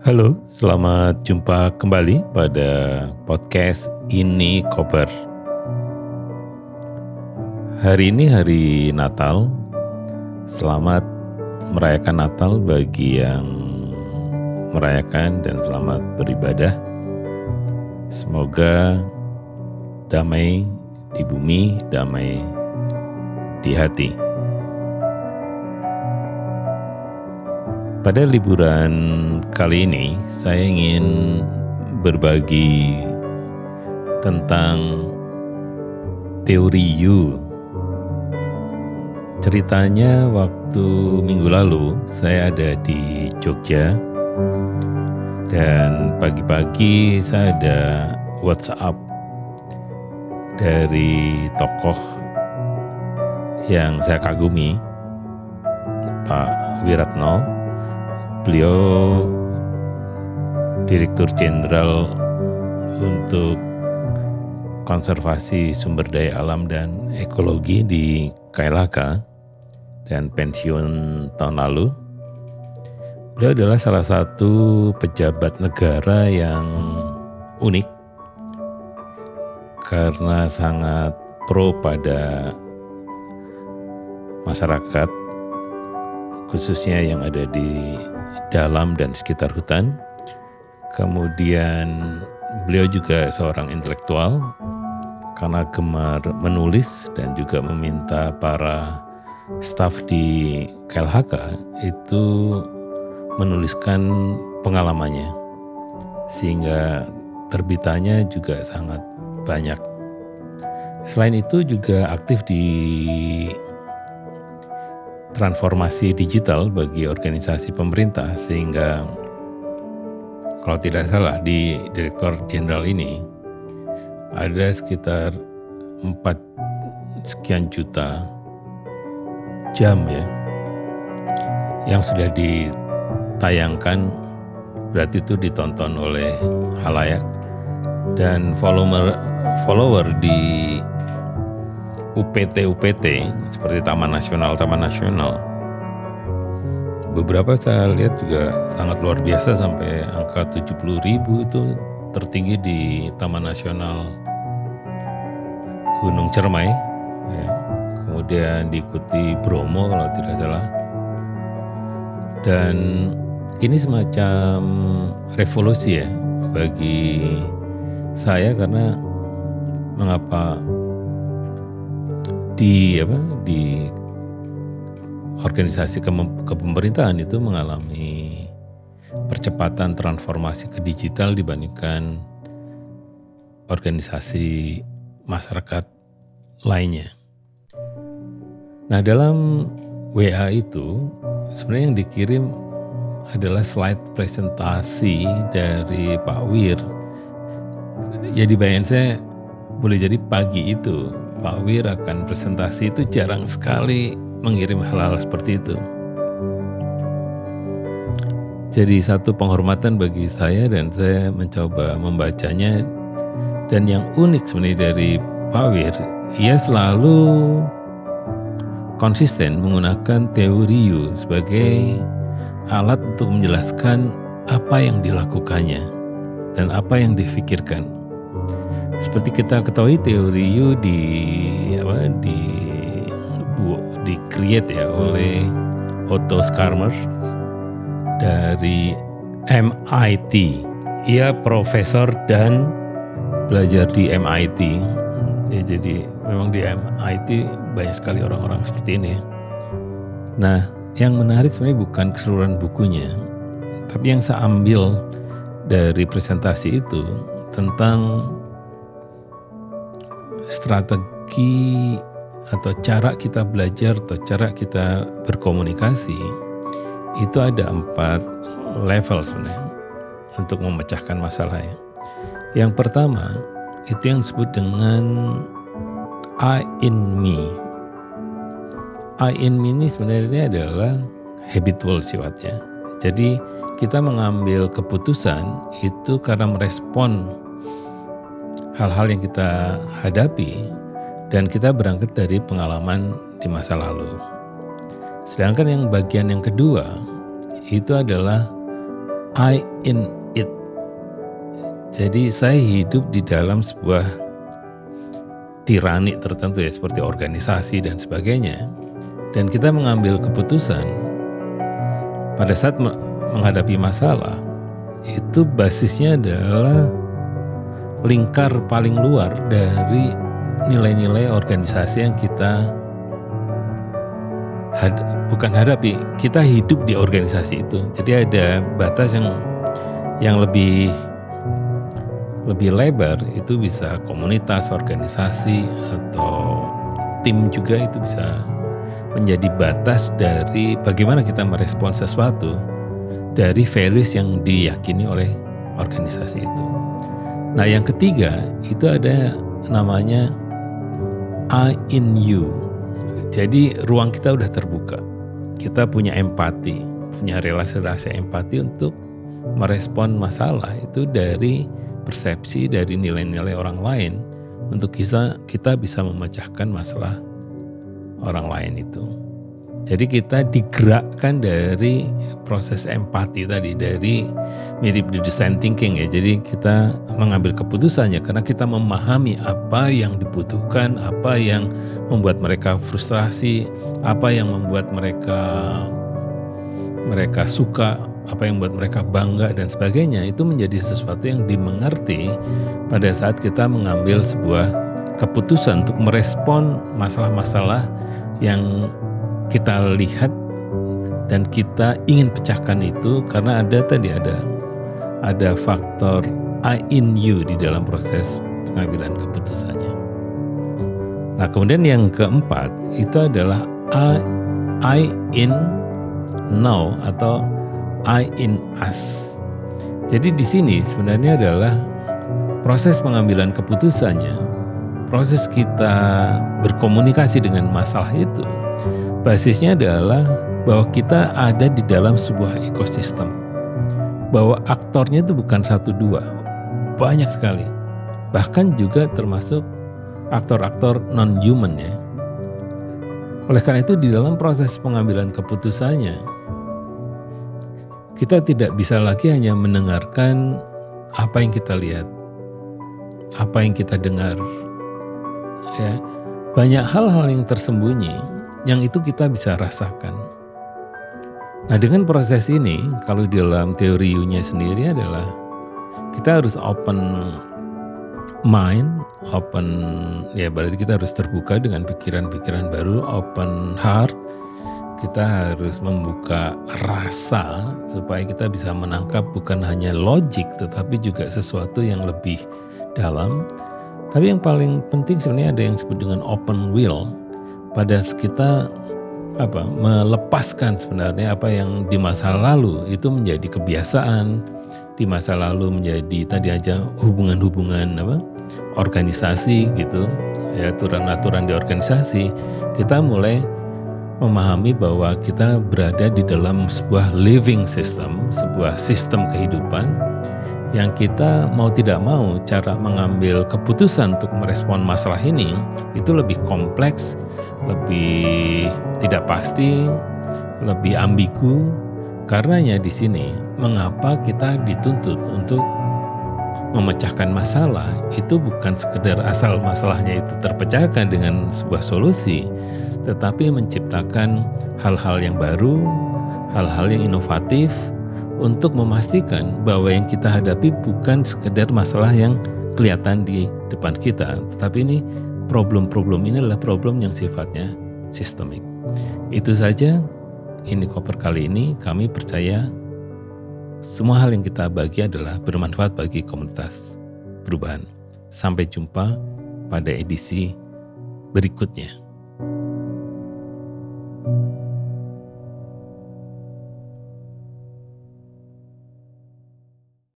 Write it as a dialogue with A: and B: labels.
A: Halo, selamat jumpa kembali pada podcast Ini Koper. Hari ini hari Natal. Selamat merayakan Natal bagi yang merayakan dan selamat beribadah. Semoga damai di bumi, damai di hati. Pada liburan kali ini, saya ingin berbagi tentang teori U. Ceritanya waktu minggu lalu, saya ada di Jogja, dan pagi-pagi saya ada WhatsApp dari tokoh yang saya kagumi, Pak Wiratno. Beliau Direktur Jenderal untuk Konservasi Sumber Daya Alam dan Ekologi di KLHK dan pensiun tahun lalu. Beliau adalah salah satu pejabat negara yang unik karena sangat pro pada masyarakat, khususnya yang ada di dalam dan sekitar hutan. Kemudian beliau juga seorang intelektual karena gemar menulis dan juga meminta para staf di KLHK itu menuliskan pengalamannya, sehingga terbitannya juga sangat banyak. Selain itu juga aktif di transformasi digital bagi organisasi pemerintah, sehingga kalau tidak salah di Direktur Jenderal ini ada sekitar 4 sekian juta jam ya yang sudah ditayangkan, berarti itu ditonton oleh halayak, dan follower di UPT seperti Taman Nasional, beberapa saya lihat juga sangat luar biasa, sampai angka 70.000 itu tertinggi di Taman Nasional Gunung Cermai ya. Kemudian diikuti Bromo kalau tidak salah, dan ini semacam revolusi ya bagi saya, karena mengapa di organisasi kepemerintahan itu mengalami percepatan transformasi ke digital dibandingkan organisasi masyarakat lainnya. Nah, dalam WA itu sebenarnya yang dikirim adalah slide presentasi dari Pak Wir. Ya, dibayangin saya boleh jadi pagi itu Pak Wir akan presentasi, itu jarang sekali mengirim hal-hal seperti itu. Jadi satu penghormatan bagi saya, dan saya mencoba membacanya. Dan yang unik sebenarnya dari Pak Wir, ia selalu konsisten menggunakan teori U sebagai alat untuk menjelaskan apa yang dilakukannya dan apa yang difikirkan. Seperti kita ketahui, teori U di create ya oleh Otto Scharmer dari MIT. Ia profesor dan belajar di MIT. Ya, jadi memang di MIT banyak sekali orang-orang seperti ini. Nah, yang menarik sebenarnya bukan keseluruhan bukunya, tapi yang saya ambil dari presentasi itu tentang strategi atau cara kita belajar atau cara kita berkomunikasi. Itu ada 4 level sebenarnya untuk memecahkan masalahnya. Yang pertama itu yang disebut dengan I in me. I in me ini sebenarnya adalah habitual sifatnya. Jadi kita mengambil keputusan itu karena merespon hal-hal yang kita hadapi, dan kita berangkat dari pengalaman di masa lalu. Sedangkan yang bagian yang kedua itu adalah I in it. Jadi saya hidup di dalam sebuah tirani tertentu ya, seperti organisasi dan sebagainya. Dan kita mengambil keputusan pada saat menghadapi masalah, itu basisnya adalah lingkar paling luar dari nilai-nilai organisasi yang kita bukan hadapi, kita hidup di organisasi itu. Jadi ada batas yang lebih lebar, itu bisa komunitas, organisasi, atau tim juga, itu bisa menjadi batas dari bagaimana kita merespon sesuatu dari values yang diyakini oleh organisasi itu. Nah, yang ketiga itu ada namanya I in you. Jadi ruang kita udah terbuka. Kita punya empati, punya relasi-relasi empati untuk merespon masalah itu dari persepsi, dari nilai-nilai orang lain, untuk kita bisa memecahkan masalah orang lain itu. Jadi kita digerakkan dari proses empati tadi, dari mirip di design thinking ya. Jadi kita mengambil keputusannya karena kita memahami apa yang dibutuhkan, apa yang membuat mereka frustrasi, apa yang membuat mereka suka, apa yang membuat mereka bangga dan sebagainya. Itu menjadi sesuatu yang dimengerti pada saat kita mengambil sebuah keputusan untuk merespon masalah-masalah yang kita lihat dan kita ingin pecahkan itu, karena ada faktor I in you di dalam proses pengambilan keputusannya. Nah, kemudian yang keempat itu adalah I in now atau I in us. Jadi di sini sebenarnya adalah proses pengambilan keputusannya, proses kita berkomunikasi dengan masalah itu. Basisnya adalah bahwa kita ada di dalam sebuah ekosistem. Bahwa aktornya itu bukan 1-2, banyak sekali. Bahkan juga termasuk aktor-aktor non-human ya. Oleh karena itu di dalam proses pengambilan keputusannya, kita tidak bisa lagi hanya mendengarkan apa yang kita lihat, apa yang kita dengar. Ya, banyak hal-hal yang tersembunyi yang itu kita bisa rasakan. Nah, dengan proses ini, kalau di dalam teori U-nya sendiri adalah kita harus open mind, ya berarti kita harus terbuka dengan pikiran-pikiran baru, open heart. Kita harus membuka rasa supaya kita bisa menangkap bukan hanya logik tetapi juga sesuatu yang lebih dalam. Tapi yang paling penting sebenarnya ada yang disebut dengan open will. Pada kita melepaskan sebenarnya apa yang di masa lalu itu menjadi kebiasaan, di masa lalu menjadi tadi aja hubungan-hubungan organisasi gitu ya, aturan-aturan di organisasi. Kita mulai memahami bahwa kita berada di dalam sebuah living system, sebuah sistem kehidupan yang kita mau tidak mau cara mengambil keputusan untuk merespon masalah ini itu lebih kompleks, lebih tidak pasti, lebih ambigu. Karenanya di sini mengapa kita dituntut untuk memecahkan masalah itu bukan sekedar asal masalahnya itu terpecahkan dengan sebuah solusi, tetapi menciptakan hal-hal yang baru, hal-hal yang inovatif untuk memastikan bahwa yang kita hadapi bukan sekedar masalah yang kelihatan di depan kita, tetapi ini problem-problem ini adalah problem yang sifatnya sistemik. Itu saja ini Koper kali ini. Kami percaya semua hal yang kita bagi adalah bermanfaat bagi komunitas perubahan. Sampai jumpa pada edisi berikutnya.